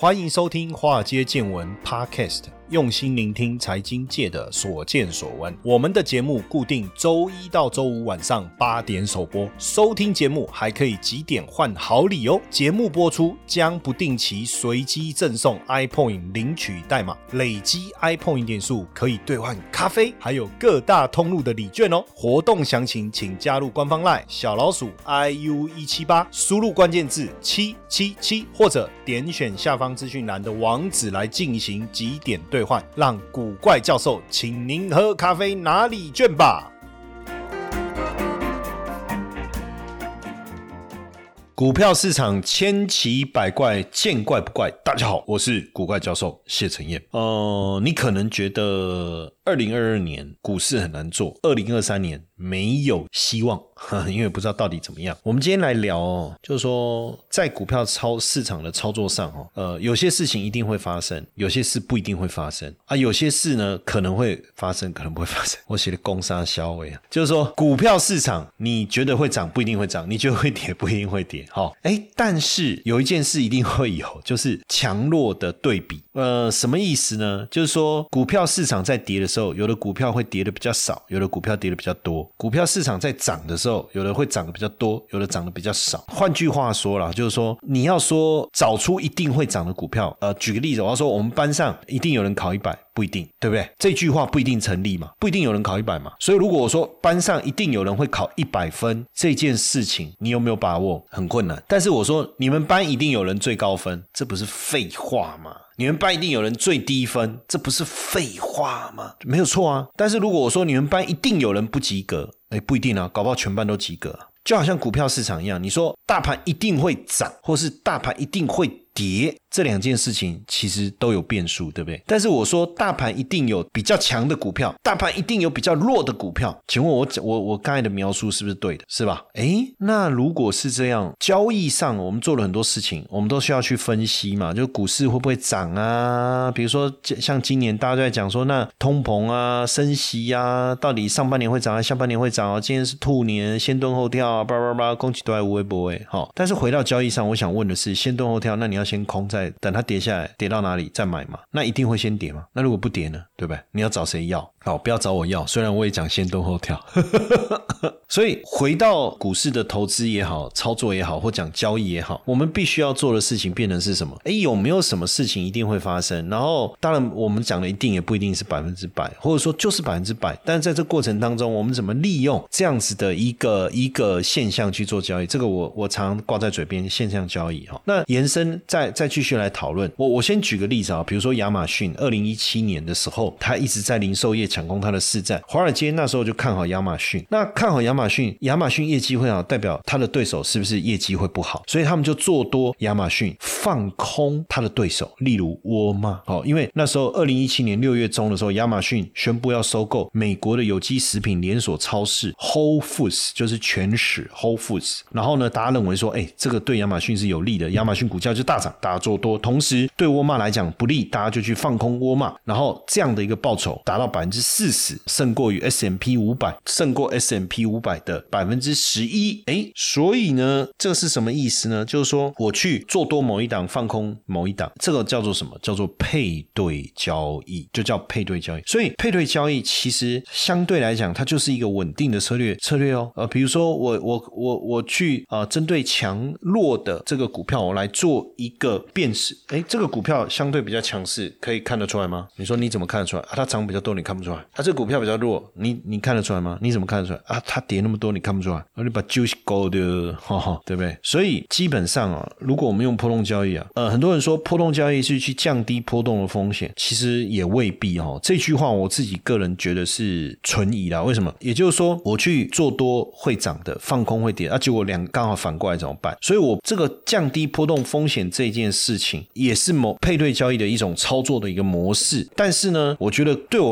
欢迎收听华尔街见闻 Podcast， 用心聆听财经界的所见所闻。我们的节目固定周一到周五晚上8点首播，收听节目还可以集点换好礼哦。节目播出将不定期随机赠送 iPoint 领取代码，累积 iPoint 点数可以兑换咖啡，还有各大通路的礼券哦。活动详情请加入官方 LINE 小老鼠 IU178， 输入关键字777，或者点选下方资讯栏的网址来进行集点兑换，让古怪教授请您喝咖啡拿礼券吧。股票市场千奇百怪，见怪不怪。大家好，我是古怪教授谢承彦。你可能觉得2022年股市很难做，2023年没有希望，因为不知道到底怎么样。我们今天来聊就是说在股票市场的操作上有些事情一定会发生，有些事不一定会发生啊，有些事呢可能会发生，可能不会发生。我写的攻杀消尾就是说股票市场你觉得会涨不一定会涨，你觉得会跌不一定会跌。但是有一件事一定会有，就是强弱的对比。什么意思呢？就是说股票市场在跌的时候，有的股票会跌的比较少，有的股票跌的比较多。股票市场在涨的时候，有的会涨的比较多，有的涨的比较少。换句话说啦，就是说你要说找出一定会涨的股票，举个例子，我要说我们班上一定有人考100，不一定，对不对？这句话不一定成立嘛，不一定有人考100嘛。所以如果我说班上一定有人会考100分，这件事情你有没有把握？很困难。但是我说你们班一定有人最高分，这不是废话吗？你们班一定有人最低分，这不是废话吗？没有错啊。但是如果我说你们班一定有人不及格，不一定啊，搞不好全班都及格啊。就好像股票市场一样，你说大盘一定会涨，或是大盘一定会跌，这两件事情其实都有变数，对不对？但是我说大盘一定有比较强的股票，大盘一定有比较弱的股票，请问我刚才的描述是不是对的？是吧？那如果是这样，交易上我们做了很多事情，我们都需要去分析嘛，就股市会不会涨啊？比如说像今年大家都在讲说，那通膨啊、升息啊，到底上半年会涨还是下半年会涨啊？今天是兔年，先蹲后跳啊，叭叭叭，攻击都在无微不微。但是回到交易上，我想问的是，先蹲后跳，那你要先空在等它跌下来，跌到哪里再买嘛？那一定会先跌嘛？那如果不跌呢？对不对？你要找谁要？好，不要找我要，虽然我也讲先蹲后跳。所以回到股市的投资也好，操作也好，或讲交易也好，我们必须要做的事情变成是什么？有没有什么事情一定会发生？然后当然我们讲的一定也不一定是100%，或者说就是100%，但是在这过程当中，我们怎么利用这样子的一个现象去做交易？这个我常挂在嘴边，现象交易。那延伸再继续来讨论。我先举个例子比如说亚马逊2017年的时候，他一直在零售业抢攻他的市占，华尔街那时候就看好亚马逊。那看好亚马逊业绩会好，代表他的对手是不是业绩会不好？所以他们就做多亚马逊，放空他的对手，例如沃尔玛。因为那时候2017年6月中的时候，亚马逊宣布要收购美国的有机食品连锁超市 Whole Foods， 就是全食 Whole Foods。然后呢，大家认为说这个对亚马逊是有利的，亚马逊股价就大涨，大家做多。同时对沃尔玛来讲不利，大家就去放空沃尔玛，然后这样的一个报酬达到 40%， 胜过于 S&P 500， 胜过 S&P 500的 11%。所以呢，这是什么意思呢？就是说我去做多某一档，放空某一档，这个叫做什么？叫做配对交易，就叫配对交易。所以配对交易其实相对来讲，它就是一个稳定的策略比如说我去针对强弱的这个股票，我来做一个辨识。这个股票相对比较强势，可以看得出来吗？你说你怎么看得出来它涨比较多，你看不出来。这个股票比较弱，你看得出来吗？你怎么看得出来它跌那么多，你看不出来。你把就是勾的，对不对？所以基本上如果我们用波动交易很多人说波动交易是去降低波动的风险，其实也未必这句话我自己个人觉得是存疑啦。为什么？也就是说我去做多会涨的，放空会跌结果两个刚好反过来怎么办？所以我这个降低波动风险这件事情也是配对交易的一种操作的一个模式。但是呢，我觉得对我来讲，配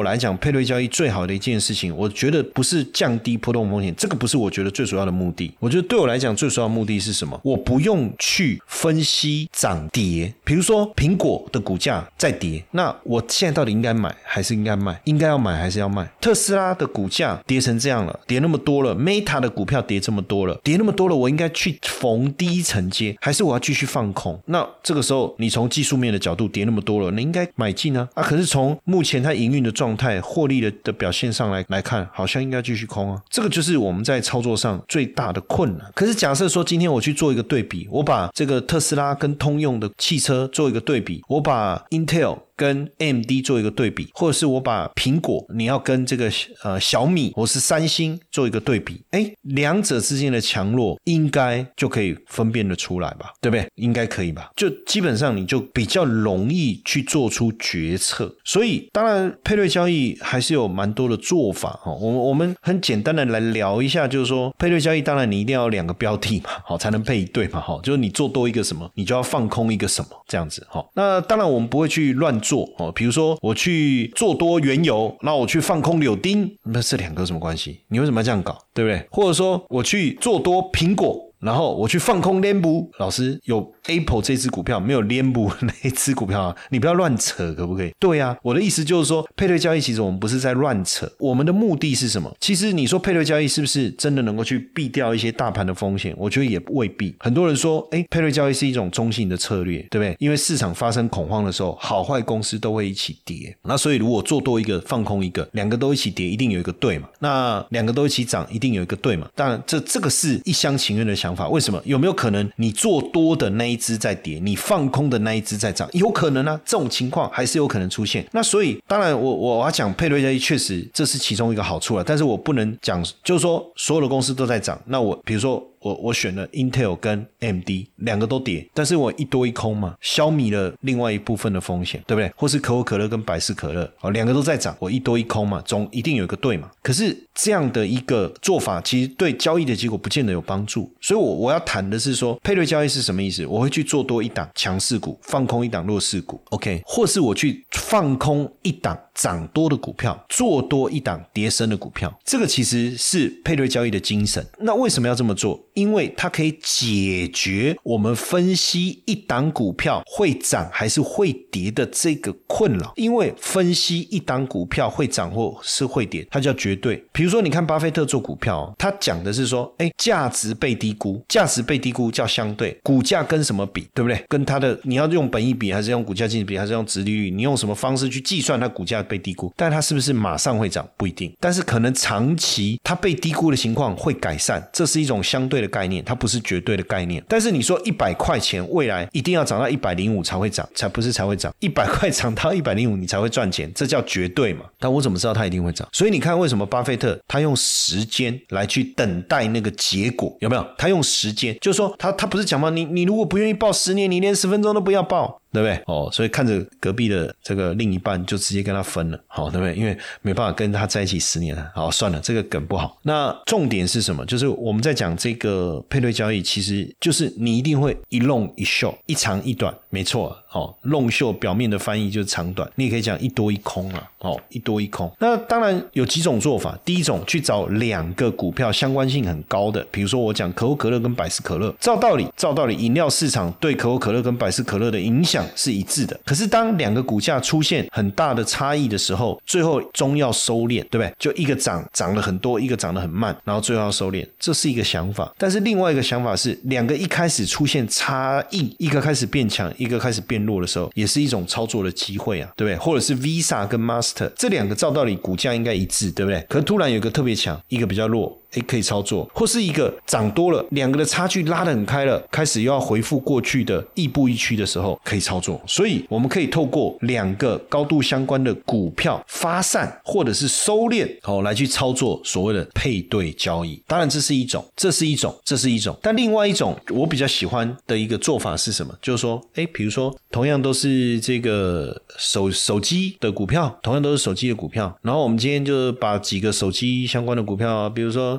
配对交易最好的一件事情，我觉得不是降低波动风险，这个不是我觉得最主要的目的。我觉得对我来讲最主要的目的是什么？我不用去分析涨跌，比如说苹果的股价在跌，那我现在到底应该买还是应该卖？应该要买还是要卖？特斯拉的股价跌成这样了，跌那么多了 ，Meta 的股票跌这么多了，跌那么多了，我应该去逢低承接，还是我要继续放空？那这个时候你从技术面的角度跌那么多了，你应该买进啊！可是从目前它营运的状态、获利的表现上来看，好像应该继续空啊。这个就是我们在操作上最大的困难。可是假设说今天我去做一个对比，我把这个特斯拉跟通用的汽车做一个对比，我把 Intel跟 AMD 做一个对比，或者是我把苹果你要跟这个小米或是三星做一个对比，两者之间的强弱应该就可以分辨得出来吧，对不对？应该可以吧？就基本上你就比较容易去做出决策。所以当然配对交易还是有蛮多的做法，我们很简单的来聊一下，就是说配对交易当然你一定要有2个标的嘛，才能配一对嘛，就是你做多一个什么你就要放空一个什么这样子。那当然我们不会去乱做，比如说我去做多原油，那我去放空柳丁，那这2个有什么关系？你为什么要这样搞，对不对？或者说我去做多苹果，然后我去放空联补，老师有 Apple 这支股票没有联补那支股票你不要乱扯可不可以？对啊，我的意思就是说配对交易其实我们不是在乱扯，我们的目的是什么？其实你说配对交易是不是真的能够去避掉一些大盘的风险？我觉得也未必。很多人说配对交易是一种中性的策略，对不对？因为市场发生恐慌的时候，好坏公司都会一起跌，那所以如果做多一个放空一个，2个都一起跌一定有一个对嘛，那2个都一起涨一定有一个对嘛。当然这个是一厢情愿的想法，为什么？有没有可能你做多的那一只在跌，你放空的那一只在涨？有可能啊，这种情况还是有可能出现。那所以当然我要讲配对交易确实这是其中一个好处了，但是我不能讲就是说所有的公司都在涨，那我比如说我选了 Intel 跟 AMD 2个都跌，但是我一多一空嘛，消弭了另外一部分的风险，对不对？或是可口可乐跟百事可乐2个都在涨，我一多一空嘛，总一定有一个对嘛。可是这样的一个做法其实对交易的结果不见得有帮助，所以我要谈的是说配对交易是什么意思？我会去做多一档强势股，放空一档弱势股 OK， 或是我去放空一档涨多的股票，做多一档跌深的股票，这个其实是配对交易的精神。那为什么要这么做？因为它可以解决我们分析一档股票会涨还是会跌的这个困扰。因为分析一档股票会涨或是会跌，它叫绝对。比如说你看巴菲特做股票，他讲的是说价值被低估，价值被低估叫相对，股价跟什么比，对不对？跟它的你要用本益比还是用股价净值比还是用殖利率，你用什么方式去计算它股价被低估，但它是不是马上会涨不一定，但是可能长期它被低估的情况会改善，这是一种相对的概念，它不是绝对的概念。但是你说100块钱未来一定要涨到105才会涨，才不是才会涨，100块涨到105你才会赚钱，这叫绝对嘛。但我怎么知道它一定会涨？所以你看为什么巴菲特他用时间来去等待那个结果，有没有？他用时间，就是说他不是讲嘛，你如果不愿意抱10年，你连10分钟都不要抱，对不对？所以看着隔壁的这个另一半就直接跟他分了，对不对？因为没办法跟他在一起10年了。好，算了，这个梗不好。那重点是什么？就是我们在讲这个配对交易，其实就是你一定会一 long 一 short， 一长一短，没错。long short 表面的翻译就是长短，你也可以讲一多一空啊。一多一空。那当然有几种做法。第一种，去找2个股票相关性很高的，比如说我讲可口可乐跟百事可乐，照道理饮料市场对可口可乐跟百事可乐的影响是一致的，可是当2个股价出现很大的差异的时候，最后终要收敛，对不对？就一个涨了很多，一个涨得很慢，然后最后要收敛，这是一个想法。但是另外一个想法是，2个一开始出现差异，一个开始变强，一个开始变弱的时候，也是一种操作的机会啊，对不对？或者是 Visa 跟 Master 这2个照道理股价应该一致，对不对？可是突然有一个特别强，一个比较弱，可以操作。或是一个涨多了，2个的差距拉得很开了，开始又要回复过去的亦步亦趋的时候，可以操作。所以我们可以透过2个高度相关的股票发散或者是收敛，来去操作所谓的配对交易。当然这是一种，但另外一种我比较喜欢的一个做法是什么？就是说比如说同样都是这个手机的股票，然后我们今天就把几个手机相关的股票，比如说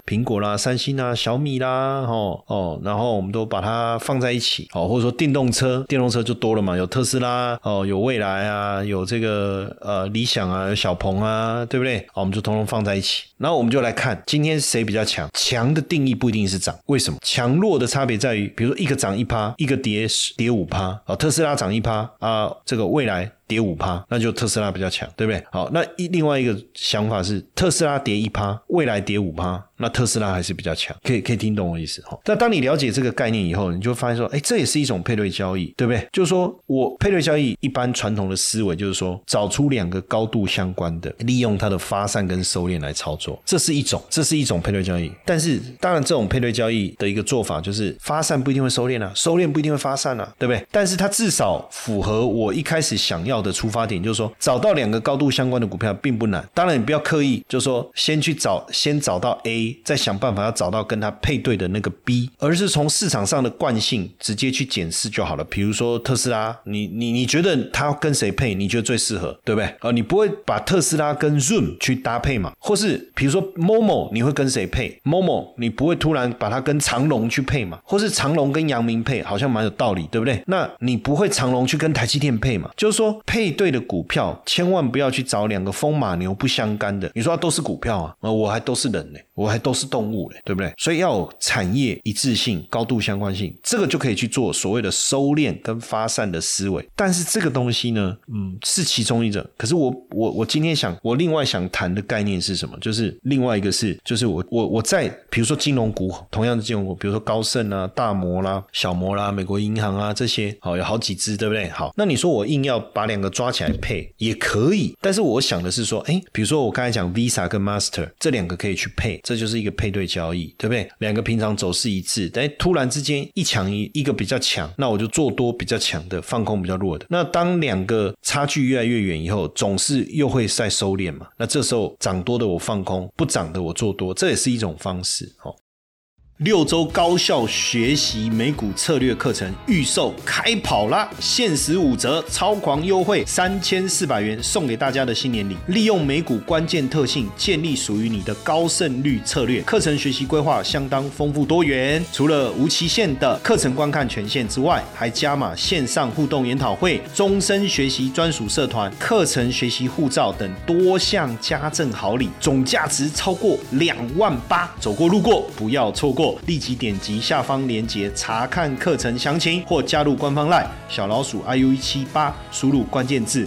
苹果啦、三星啦、小米啦，然后我们都把它放在一起，或者说电动车就多了嘛，有特斯拉，有蔚来啊，有这个理想啊，有小鹏啊，对不对？我们就通通放在一起，然后我们就来看今天谁比较强。强的定义不一定是涨，为什么？强弱的差别在于，比如说一个涨 1%， 一个跌 5%， 特斯拉涨 1%， 这个蔚来跌 5%， 那就特斯拉比较强，对不对？好，那另外一个想法是特斯拉跌 1%， 蔚来跌 5%， 那特斯拉还是比较强，可以听懂我意思。那当你了解这个概念以后，你就发现说，这也是一种配对交易，对不对？就是说我配对交易一般传统的思维就是说，找出两个高度相关的，利用它的发散跟收敛来操作，这是一种配对交易。但是当然这种配对交易的一个做法就是发散不一定会收敛啊，收敛不一定会发散啊，对不对？但是它至少符合我一开始想要的出发点，就是说找到两个高度相关的股票并不难。当然你不要刻意就是说先找到 A， 再想办法要找到跟它配对的那个 B， 而是从市场上的惯性直接去检视就好了。比如说特斯拉，你觉得它跟谁配你觉得最适合，对不对？你不会把特斯拉跟 Zoom 去搭配嘛？或是比如说 Momo 你会跟谁配？ Momo 你不会突然把它跟长荣去配嘛？或是长荣跟阳明配，好像蛮有道理，对不对？那你不会长荣去跟台积电配嘛？就是说配对的股票千万不要去找两个风马牛不相干的。你说它都是股票啊，我还都是人呢，我还都是动物呢，对不对？所以要有产业一致性、高度相关性，这个就可以去做所谓的收敛跟发散的思维。但是这个东西呢，是其中一种。可是我今天我另外想谈的概念是什么？就是另外一个是，就是我在比如说金融股，同样的金融股，比如说高盛啊、大摩啦、小摩啦、美国银行啊这些，有好几只，对不对？好，那你说我硬要把两个抓起来配也可以，但是我想的是说，比如说我刚才讲 Visa 跟 Master 这两个可以去配，这就是一个配对交易，对不对？两个平常走势一致，但突然之间一个比较强，那我就做多比较强的，放空比较弱的。那当两个差距越来越远以后，总是又会再收敛嘛，那这时候涨多的我放空，不涨的我做多，这也是一种方式。6周高效学习美股策略课程预售开跑啦！限时5折，超狂优惠3400元送给大家的新年礼。利用美股关键特性，建立属于你的高胜率策略。课程学习规划相当丰富多元，除了无期限的课程观看权限之外，还加码线上互动研讨会、终身学习专属社团、课程学习护照等多项家政好礼，总价值超过28000，走过路过不要错过。立即点击下方连结查看课程详情，或加入官方 LINE 小老鼠 IU178， 输入关键字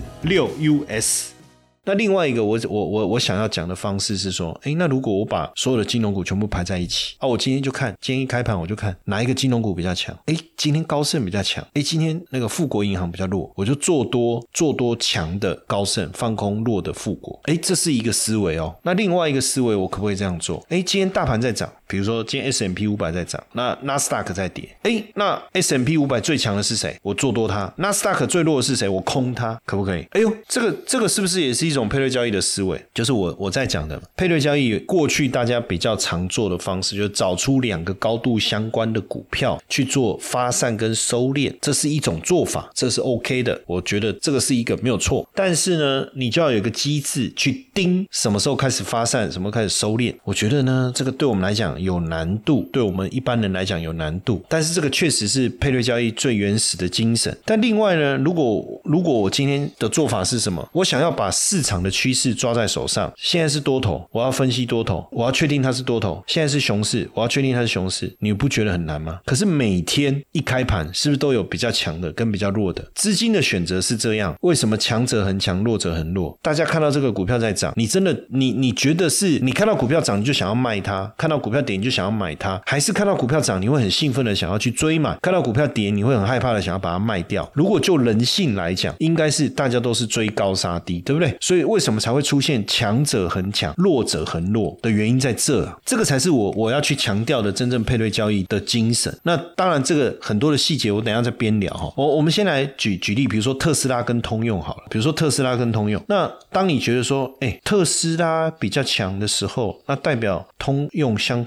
6US。那另外一个我想要讲的方式是说，那如果我把所有的金融股全部排在一起我今天一开盘我就看哪一个金融股比较强，今天高盛比较强，今天那个富国银行比较弱，我就做多强的高盛，放空弱的富国，这是一个思维哦。那另外一个思维我可不可以这样做？今天大盘在涨，比如说今天 S&P 500在涨，那纳斯达克在跌，那 S&P 500最强的是谁？我做多它。纳斯达克最弱的是谁？我空它，可不可以？这个是不是也是一种配对交易的思维？就是我在讲的配对交易，过去大家比较常做的方式，就是找出两个高度相关的股票去做发散跟收敛，这是一种做法，这是 OK 的，我觉得这个是一个没有错。但是呢，你就要有一个机制去盯什么时候开始发散，什么时候开始收敛。我觉得呢，这个对我们来讲有难度，对我们一般人来讲有难度，但是这个确实是配对交易最原始的精神。但另外呢，如果我今天的做法是什么？我想要把市场的趋势抓在手上，现在是多头，我要分析多头，我要确定它是多头；现在是熊市，我要确定它是熊市。你不觉得很难吗？可是每天一开盘是不是都有比较强的跟比较弱的？资金的选择是这样，为什么强者很强，弱者很弱？大家看到这个股票在涨，你真的你觉得是你看到股票涨你就想要卖它，看到股票跌你就想要买它，还是看到股票涨你会很兴奋的想要去追买，看到股票跌你会很害怕的想要把它卖掉？如果就人性来讲，应该是大家都是追高杀低，对不对？所以为什么才会出现强者很强，弱者很弱的原因在这这个才是我要去强调的真正配对交易的精神。那当然这个很多的细节我等一下再边聊我们先来举例，比如说特斯拉跟通用好了。比如说特斯拉跟通用，那当你觉得说特斯拉比较强的时候，那代表通用相对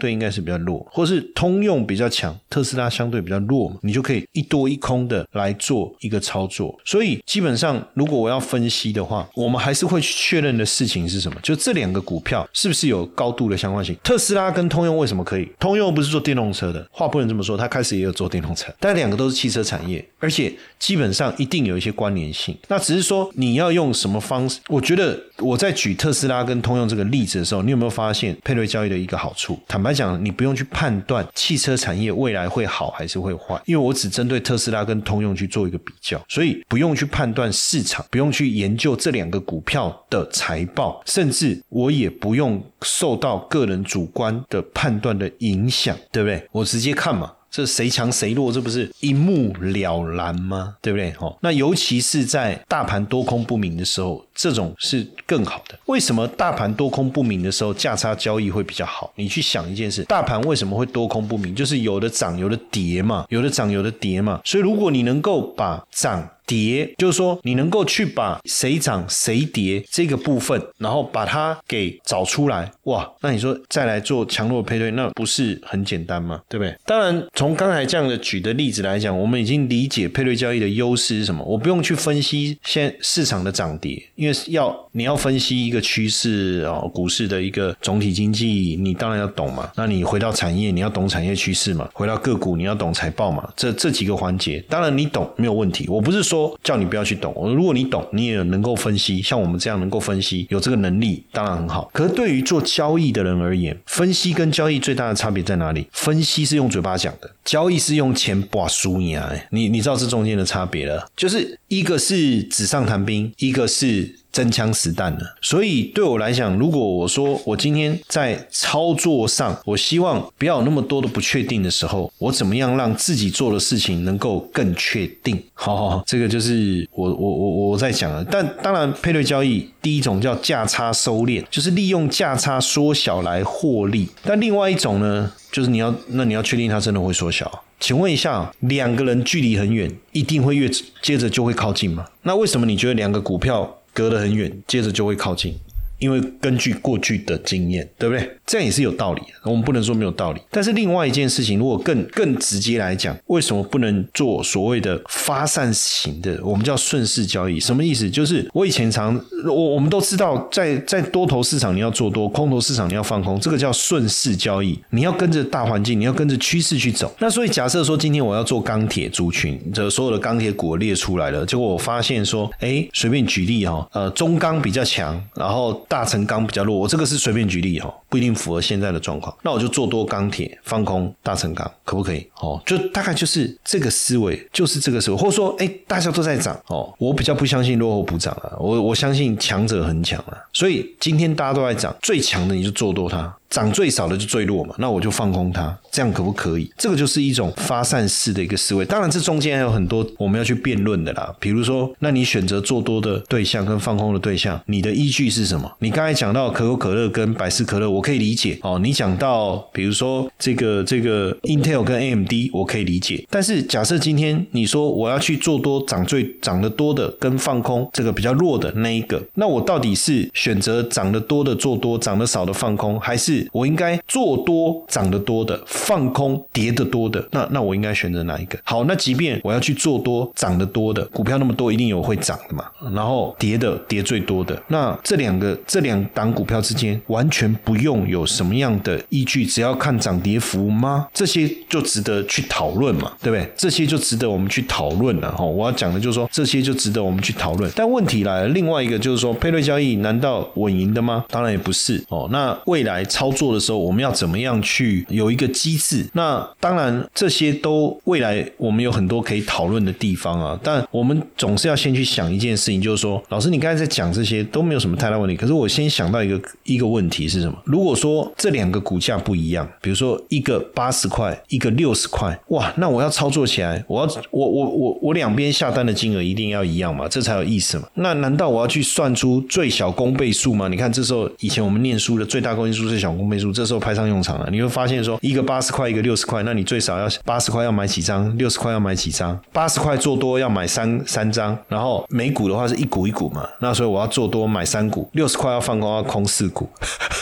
对应该是比较弱，或是通用比较强，特斯拉相对比较弱嘛，你就可以一多一空的来做一个操作。所以基本上如果我要分析的话，我们还是会去确认的事情是什么，就这两个股票是不是有高度的相关性。特斯拉跟通用为什么可以？通用不是做电动车的，话不能这么说，它开始也有做电动车，但两个都是汽车产业，而且基本上一定有一些关联性。那只是说你要用什么方式。我觉得我在举特斯拉跟通用这个例子的时候，你有没有发现配对交易的一个好处？坦白讲，你不用去判断汽车产业未来会好还是会坏，因为我只针对特斯拉跟通用去做一个比较，所以不用去判断市场，不用去研究这两个股票的财报，甚至我也不用受到个人主观的判断的影响，对不对？我直接看嘛，这谁强谁弱，这不是一目了然吗？对不对？那尤其是在大盘多空不明的时候，这种是更好的。为什么大盘多空不明的时候价差交易会比较好？你去想一件事，大盘为什么会多空不明？就是有的涨有的跌嘛，有的涨有的跌嘛。所以如果你能够把涨跌，就是说你能够去把谁涨谁跌这个部分，然后把它给找出来，哇，那你说再来做强弱配对，那不是很简单吗？对不对？当然从刚才这样的举的例子来讲，我们已经理解配对交易的优势是什么。我不用去分析现在市场的涨跌，因为你要分析一个趋势股市的一个总体经济，你当然要懂嘛。那你回到产业，你要懂产业趋势嘛，回到个股你要懂财报嘛，这几个环节当然你懂没有问题。我不是说叫你不要去懂，如果你懂，你也能够分析，像我们这样能够分析，有这个能力当然很好。可是对于做交易的人而言，分析跟交易最大的差别在哪里？分析是用嘴巴讲的，交易是用钱把输赢啊，你知道这中间的差别了，就是一个是纸上谈兵，一个是真枪实弹了。所以对我来讲，如果我说我今天在操作上，我希望不要有那么多的不确定的时候，我怎么样让自己做的事情能够更确定？好，这个就是我在讲的。但当然配对交易第一种叫价差收敛，就是利用价差缩小来获利。但另外一种呢，就是你要确定它真的会缩小。请问一下，两个人距离很远，一定会接着就会靠近吗？那为什么你觉得两个股票隔得很远，接着就会靠近？因为根据过去的经验，对不对？这样也是有道理的，我们不能说没有道理。但是另外一件事情，如果更直接来讲，为什么不能做所谓的发散型的，我们叫顺势交易？什么意思？就是我以前我们都知道在多头市场你要做多，空头市场你要放空，这个叫顺势交易。你要跟着大环境，你要跟着趋势去走。那所以假设说今天我要做钢铁族群，这所有的钢铁股列出来了，结果我发现说，随便举例中钢比较强，然后大成钢比较弱，我这个是随便举例不一定符合现在的状况。那我就做多钢铁，放空大成钢，可不可以？就大概就是这个思维，就是这个思维。或者说大家都在涨我比较不相信落后补涨了，我相信强者很强了。所以今天大家都在涨，最强的你就做多它，涨最少的就最弱嘛，那我就放空它，这样可不可以？这个就是一种发散式的一个思维。当然这中间还有很多我们要去辩论的啦，比如说那你选择做多的对象跟放空的对象，你的依据是什么？你刚才讲到可口可乐跟百事可乐，我可以理解你讲到比如说这个 Intel 跟 AMD 我可以理解，但是假设今天你说我要去做多涨得多的跟放空这个比较弱的那一个，那我到底是选择涨得多的做多，涨得少的放空，还是我应该做多涨得多的，放空跌得多的？那我应该选择哪一个？好，那即便我要去做多涨得多的股票，那么多一定有会涨的嘛，然后跌最多的，那这两档股票之间完全不用有什么样的依据，只要看涨跌幅吗？这些就值得去讨论嘛，对不对？这些就值得我们去讨论了我要讲的就是说，这些就值得我们去讨论。但问题来了，另外一个就是说，配对交易难道稳赢的吗？当然也不是那未来操作的时候，我们要怎么样去有一个机制？那当然这些都未来我们有很多可以讨论的地方啊，但我们总是要先去想一件事情，就是说，老师你刚才在讲这些都没有什么太大问题，可是我先想到一个问题是什么？如果说这两个股价不一样，比如说一个80块，一个60块，哇，那我要操作起来，我两边下单的金额一定要一样嘛，这才有意思嘛。那难道我要去算出最小公倍数吗？你看这时候以前我们念书的最大公因数、最小公倍数，这时候派上用场了。你会发现说，一个80块，一个60块，那你最少要80块要买几张，60块要买几张，80块做多要买三张，然后每股的话是一股一股嘛，那所以我要做多买3股，60块要放空要空4股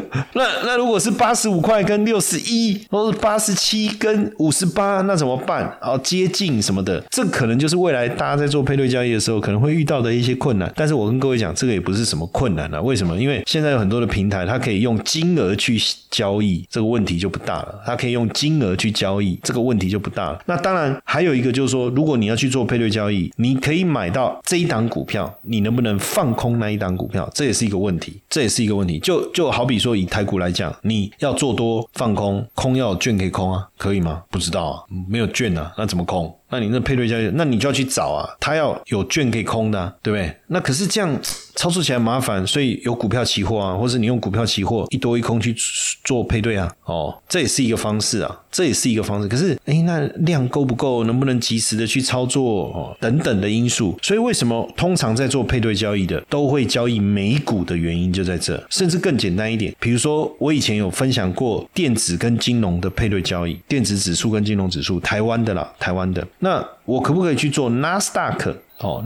那如果是85块跟61，或是87跟58，那怎么办？接近什么的，这可能就是未来大家在做配对交易的时候可能会遇到的一些困难。但是我跟各位讲，这个也不是什么困难啊。为什么？因为现在有很多的平台，它可以用金额去交易，这个问题就不大了。它可以用金额去交易，这个问题就不大了。那当然还有一个就是说，如果你要去做配对交易，你可以买到这一档股票，你能不能放空那一档股票，这也是一个问题。就好比说以台股来讲，你要做多放空，空要有券可以空啊，可以吗？不知道啊，没有券啊，那怎么空？那你那配对交易，那你就要去找啊，它要有券可以空的啊，对不对？那可是这样操作起来麻烦，所以有股票期货啊，或是你用股票期货一多一空去做配对啊，这也是一个方式啊，这也是一个方式。可是那量够不够，能不能及时的去操作等等的因素，所以为什么通常在做配对交易的都会交易美股的原因就在这，甚至更简单一点，比如说我以前有分享过电子跟金融的配对交易，电子指数跟金融指数，台湾的。那我可不可以去做纳斯达克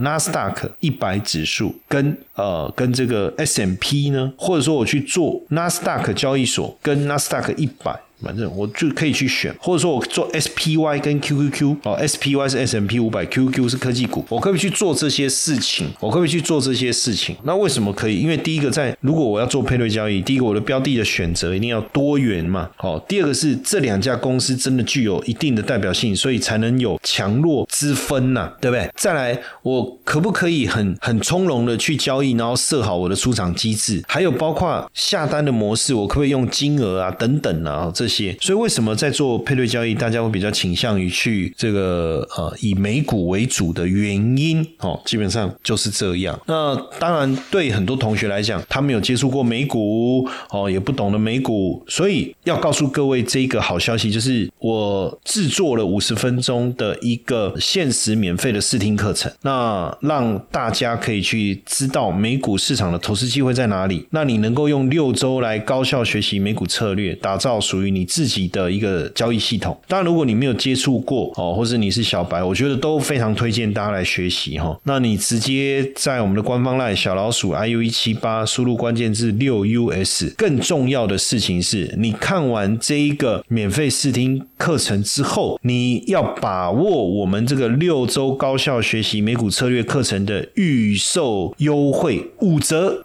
100指数跟这个 S&P 呢？或者说我去做纳斯达克交易所跟纳斯达克100，反正我就可以去选，或者说我做 SPY 跟 QQQ，SPY 是 S&P 500，QQ 是科技股，我可不可以去做这些事情？那为什么可以？因为第一个如果我要做配对交易，第一个我的标的的选择一定要多元嘛，第二个是这两家公司真的具有一定的代表性，所以才能有强弱之分啊，对不对？再来，我可不可以很从容的去交易，然后设好我的出场机制，还有包括下单的模式，我可不可以用金额啊等等啊这些。所以为什么在做配对交易，大家会比较倾向于去这个以美股为主的原因基本上就是这样。那当然对很多同学来讲，他没有接触过美股也不懂得美股，所以要告诉各位这个好消息，就是我制作了50分钟的一个限时免费的试听课程，那让大家可以去知道美股市场的投资机会在哪里，那你能够用6周来高效学习美股策略，打造属于你自己的一个交易系统。当然如果你没有接触过或是你是小白，我觉得都非常推荐大家来学习那你直接在我们的官方 LINE 小老鼠 IU178 输入关键字 6US。 更重要的事情是，你看完这一个免费试听课程之后，你要把握我们这个6周高效学习美股策略课程的预售优惠5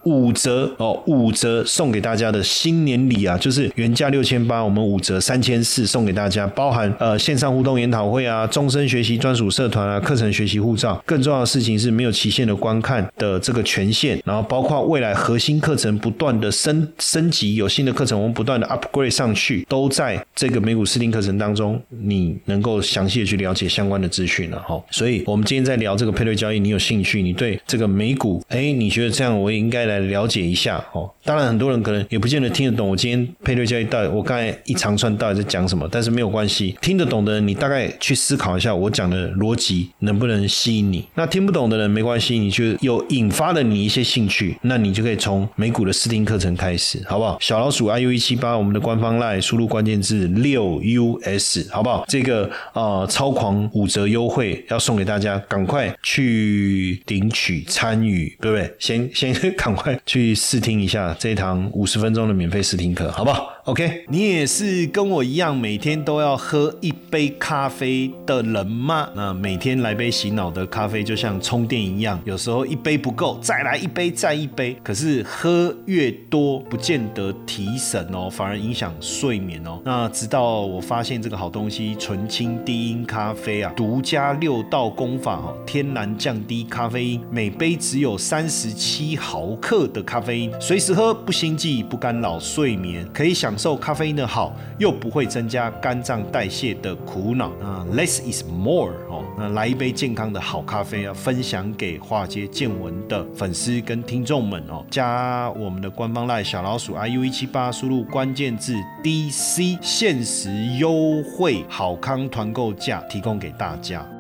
折送给大家的新年礼啊，就是原价6800，我们5折3400送给大家，包含线上互动研讨会啊，终身学习专属社团啊，课程学习护照。更重要的事情是没有期限的观看的这个权限，然后包括未来核心课程不断的升级，有新的课程我们不断的 upgrade 上去，都在这个美股试听课程当中，你能够详细的去了解相关的资讯了所以我们今天在聊这个配对交易，你有兴趣，你对这个美股你觉得这样我也应该来了解一下当然很多人可能也不见得听得懂我今天配对交易到底我刚才一长串到底在讲什么，但是没有关系，听得懂的人你大概去思考一下我讲的逻辑能不能吸引你，那听不懂的人没关系，你就有引发了你一些兴趣，那你就可以从美股的试听课程开始，好不好？小老鼠 IU178 我们的官方 LINE 输入关键字 6US， 好不好？这个超狂5折优惠要送给大家，赶快去领取参与，对不对？先赶快去试听一下这一堂50分钟的免费试听课，好不好？OK， 你也是跟我一样每天都要喝一杯咖啡的人吗？那每天来杯洗脑的咖啡就像充电一样，有时候一杯不够，再来一杯再一杯，可是喝越多不见得提神反而影响睡眠那直到我发现这个好东西纯青低因咖啡独家6道功法天然降低咖啡因，每杯只有37毫克的咖啡因，随时喝，不心悸，不干扰睡眠，可以享受咖啡因的好，又不会增加肝脏代谢的苦恼。Less is more 那来一杯健康的好咖啡分享给华尔街见闻的粉丝跟听众们加我们的官方 LINE 小老鼠 IU178， 输入关键字 DC， 限时优惠好康团购价提供给大家。